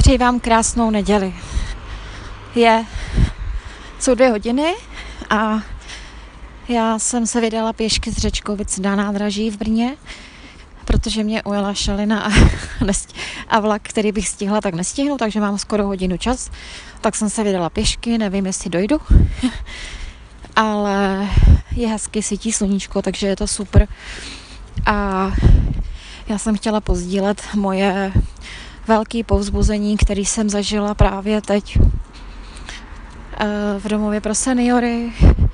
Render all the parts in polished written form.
Přeji vám krásnou neděli. Jsou 2 hodiny a já jsem se vydala pěšky z Řečkovic na nádraží v Brně, protože mě ujela šalina a vlak, který bych stihla, tak nestihnu, takže mám skoro hodinu čas. Tak jsem se vydala pěšky, nevím, jestli dojdu, ale je hezky, svítí sluníčko, takže je to super. A já jsem chtěla pozdílet moje velké povzbuzení, které jsem zažila právě teď v domově pro seniory,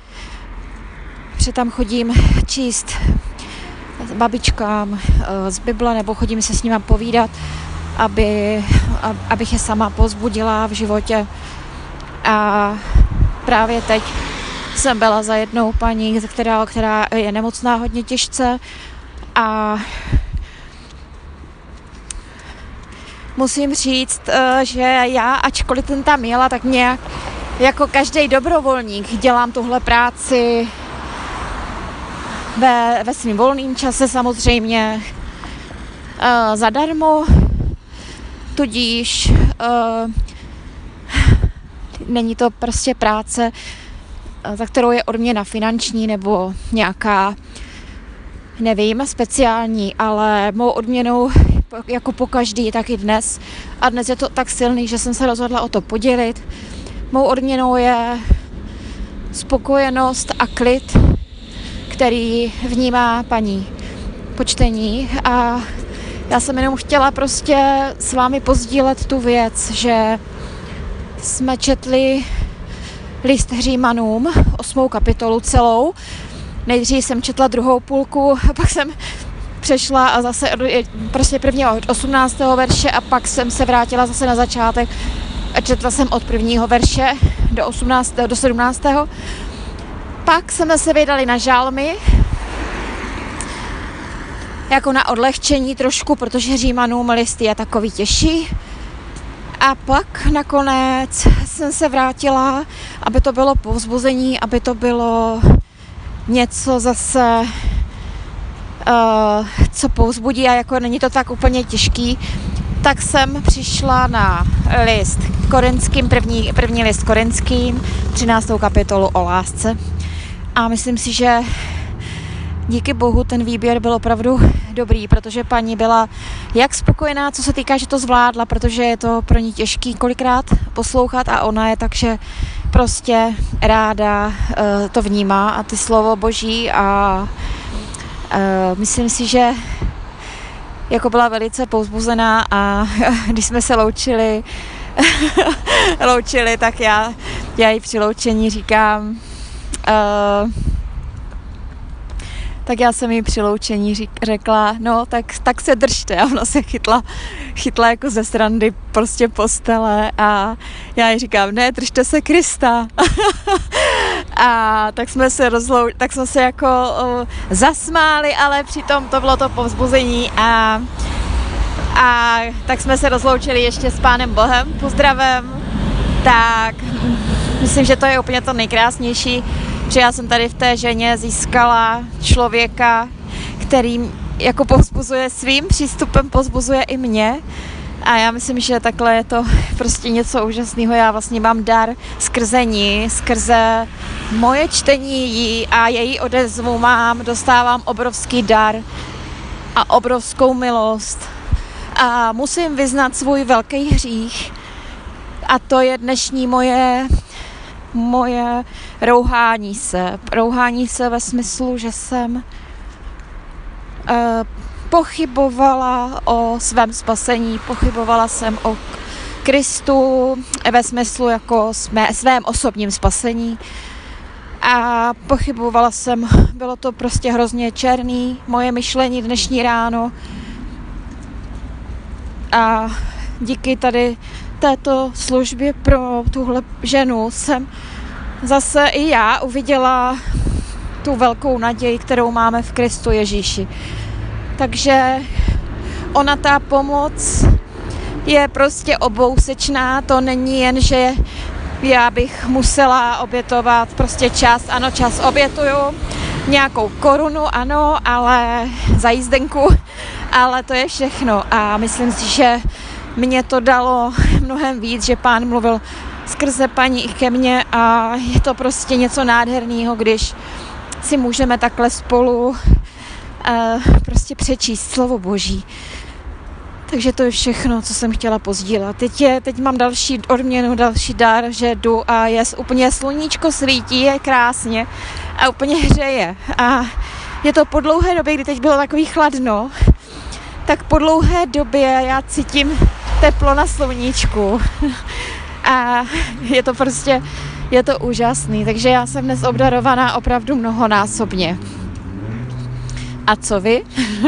že tam chodím číst babičkám z Bible, nebo chodím se s nima povídat, abych je sama povzbudila v životě. A právě teď jsem byla za jednou paní, která je nemocná hodně těžce a musím říct, že já, ačkoliv jsem tam jela, tak nějak jako každý dobrovolník dělám tuhle práci ve svým volným čase samozřejmě zadarmo, tudíž není to prostě práce, za kterou je odměna finanční nebo nějaká, nevím, speciální, ale mou odměnou jako po každý, tak i dnes. A dnes je to tak silný, že jsem se rozhodla o to podělit. Mou odměnou je spokojenost a klid, který vnímá paní po čtení. A já jsem jenom chtěla prostě s vámi pozdílet tu věc, že jsme četli list Římanům, 8. kapitolu celou. Nejdřív jsem četla 2. půlku, a pak jsem přešla a zase prostě prvního od 18. verše a pak jsem se vrátila zase na začátek a četla jsem od 1. verše do 17. Pak jsme se vydali na žálmy, jako na odlehčení trošku, protože Římanům list je takový těžší. A pak nakonec jsem se vrátila, aby to bylo povzbuzení, aby to bylo něco zase, co povzbudí a jako není to tak úplně těžký, tak jsem přišla na list Korinským, první list Korinským, 13. kapitolu o lásce. A myslím si, že díky Bohu ten výběr byl opravdu dobrý, protože paní byla jak spokojená, co se týká, že to zvládla, protože je to pro ní těžký kolikrát poslouchat a ona je tak, že prostě ráda to vnímá a ty slovo Boží a myslím si, že jako byla velice povzbuzená a když jsme se loučili, tak já jí při loučení říkám, tak já jsem jí při loučení řekla, no tak se držte. A ona se chytla jako ze srandy prostě postele a já jí říkám, ne, držte se Krista. A tak jsme se jako zasmáli, ale přitom to bylo to povzbuzení a tak jsme se rozloučili ještě s Pánem Bohem, pozdravem. Tak myslím, že to je úplně to nejkrásnější, že já jsem tady v té ženě získala člověka, který jako povzbuzuje svým přístupem, povzbuzuje i mě. A já myslím, že takhle je to prostě něco úžasného. Já vlastně mám dar skrze ní, skrze moje čtení jí a její odezvu dostávám obrovský dar a obrovskou milost. A musím vyznat svůj velký hřích. A to je dnešní moje rouhání se. Rouhání se ve smyslu, že jsem pochybovala o svém spasení, pochybovala jsem o Kristu ve smyslu jako svém osobním spasení a pochybovala jsem, bylo to prostě hrozně černý, moje myšlení dnešní ráno a díky tady této službě pro tuhle ženu jsem zase i já uviděla tu velkou naději, kterou máme v Kristu Ježíši. Takže ona ta pomoc je prostě obousečná, to není jen, že já bych musela obětovat prostě čas, ano, čas obětuju, nějakou korunu, ano, ale za jízdenku, ale to je všechno a myslím si, že mě to dalo mnohem víc, že Pán mluvil skrze paní i ke mně a je to prostě něco nádherného, když si můžeme takhle spolu prostě přečíst slovo Boží. Takže to je všechno, co jsem chtěla pozdílet. Teď mám další odměnu, další dar, že jdu a úplně sluníčko svítí, je krásně a úplně hřeje. A je to po dlouhé době, kdy teď bylo takový chladno, tak po dlouhé době já cítím teplo na sluníčku. A je to úžasný. Takže já jsem dnes obdarovaná opravdu mnohonásobně. A co vy?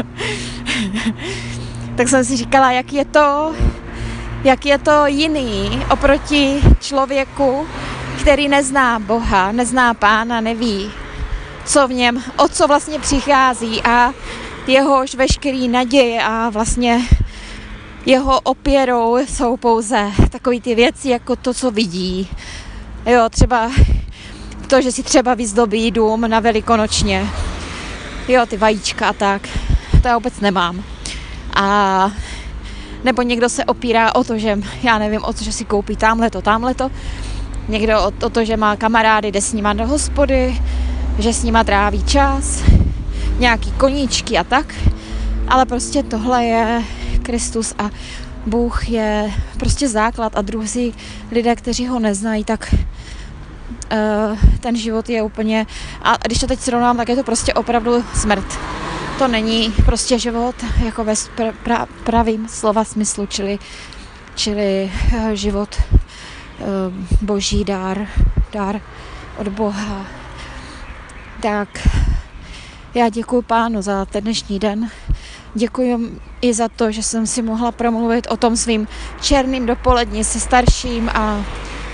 Tak jsem si říkala, jak je to jiný oproti člověku, který nezná Boha, nezná Pána, neví, co v něm, o co vlastně přichází a jehož veškerý naděje a vlastně jeho opěrou jsou pouze takové ty věci, jako to, co vidí. Jo, třeba to, že si třeba vyzdobí dům na velikonočně. Jo, ty vajíčka a tak. To já vůbec nemám. A nebo někdo se opírá o to, že já nevím, o to, že si koupí tamhleto. Někdo o to, že má kamarády, jde s nima do hospody, že s nima tráví čas, nějaký koníčky a tak. Ale prostě tohle je Kristus a Bůh je prostě základ a druzí lidé, kteří ho neznají, tak ten život je úplně, a když to teď srovnám, tak je to prostě opravdu smrt. To není prostě život jako ve pravým slova smyslu, čili život Boží dar od Boha. Tak já děkuji Pánu za ten dnešní den. Děkuji i za to, že jsem si mohla promluvit o tom svým černým dopoledni se starším a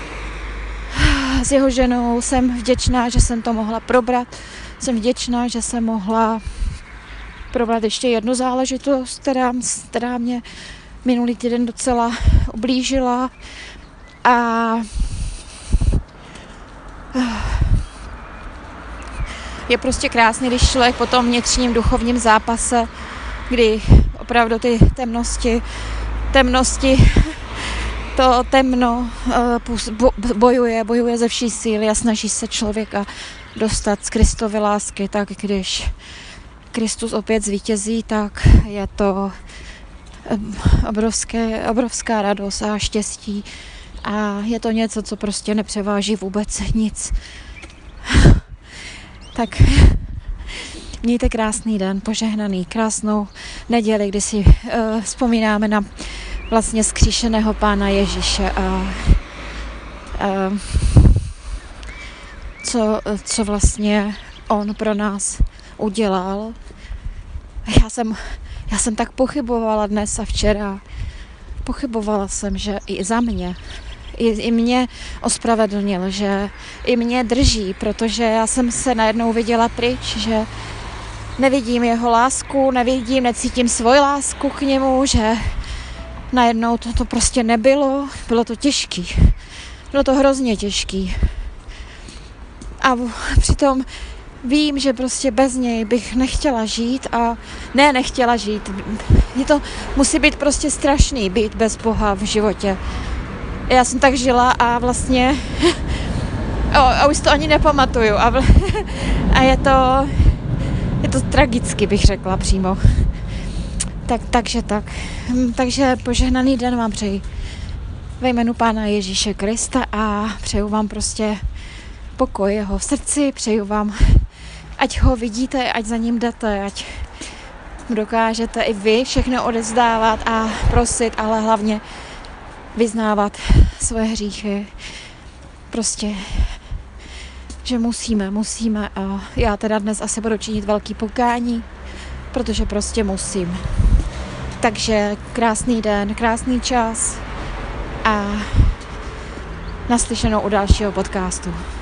s jeho ženou. Jsem vděčná, že jsem to mohla probrat. Jsem vděčná, že jsem mohla probrat ještě jednu záležitost, která mě minulý týden docela ublížila. A je prostě krásný, když člověk po tom vnitřním duchovním zápase, kdy opravdu ty temnosti, to temno bojuje ze vší síly a snaží se člověka dostat z Kristovy lásky, tak když Kristus opět zvítězí, tak je to obrovská radost a štěstí a je to něco, co prostě nepřeváží vůbec nic. Tak mějte krásný den, požehnaný, krásnou neděli, kdy si vzpomínáme na vlastně zkříšeného Pána Ježíše a co vlastně on pro nás udělal. Já jsem tak pochybovala dnes a včera. Pochybovala jsem, že i za mě, i mě ospravedlnil, že i mě drží, protože já jsem se najednou viděla pryč, že nevidím jeho lásku, necítím svoji lásku k němu, že najednou to prostě nebylo, bylo to těžký. Bylo to hrozně těžký. A přitom vím, že prostě bez něj bych nechtěla žít a nechtěla žít. Musí být prostě strašný být bez Boha v životě. Já jsem tak žila a vlastně a už to ani nepamatuju a je to tragicky, bych řekla přímo. Takže požehnaný den vám přeji ve jménu Pána Ježíše Krista a přeju vám prostě pokoj jeho v srdci, přeju vám, ať ho vidíte, ať za ním jdete, ať dokážete i vy všechno odevzdávat a prosit, ale hlavně vyznávat svoje hříchy. Prostě, že musíme a já teda dnes asi budu činit velký pokání, protože prostě musím. Takže krásný den, krásný čas a naslyšenou u dalšího podcastu.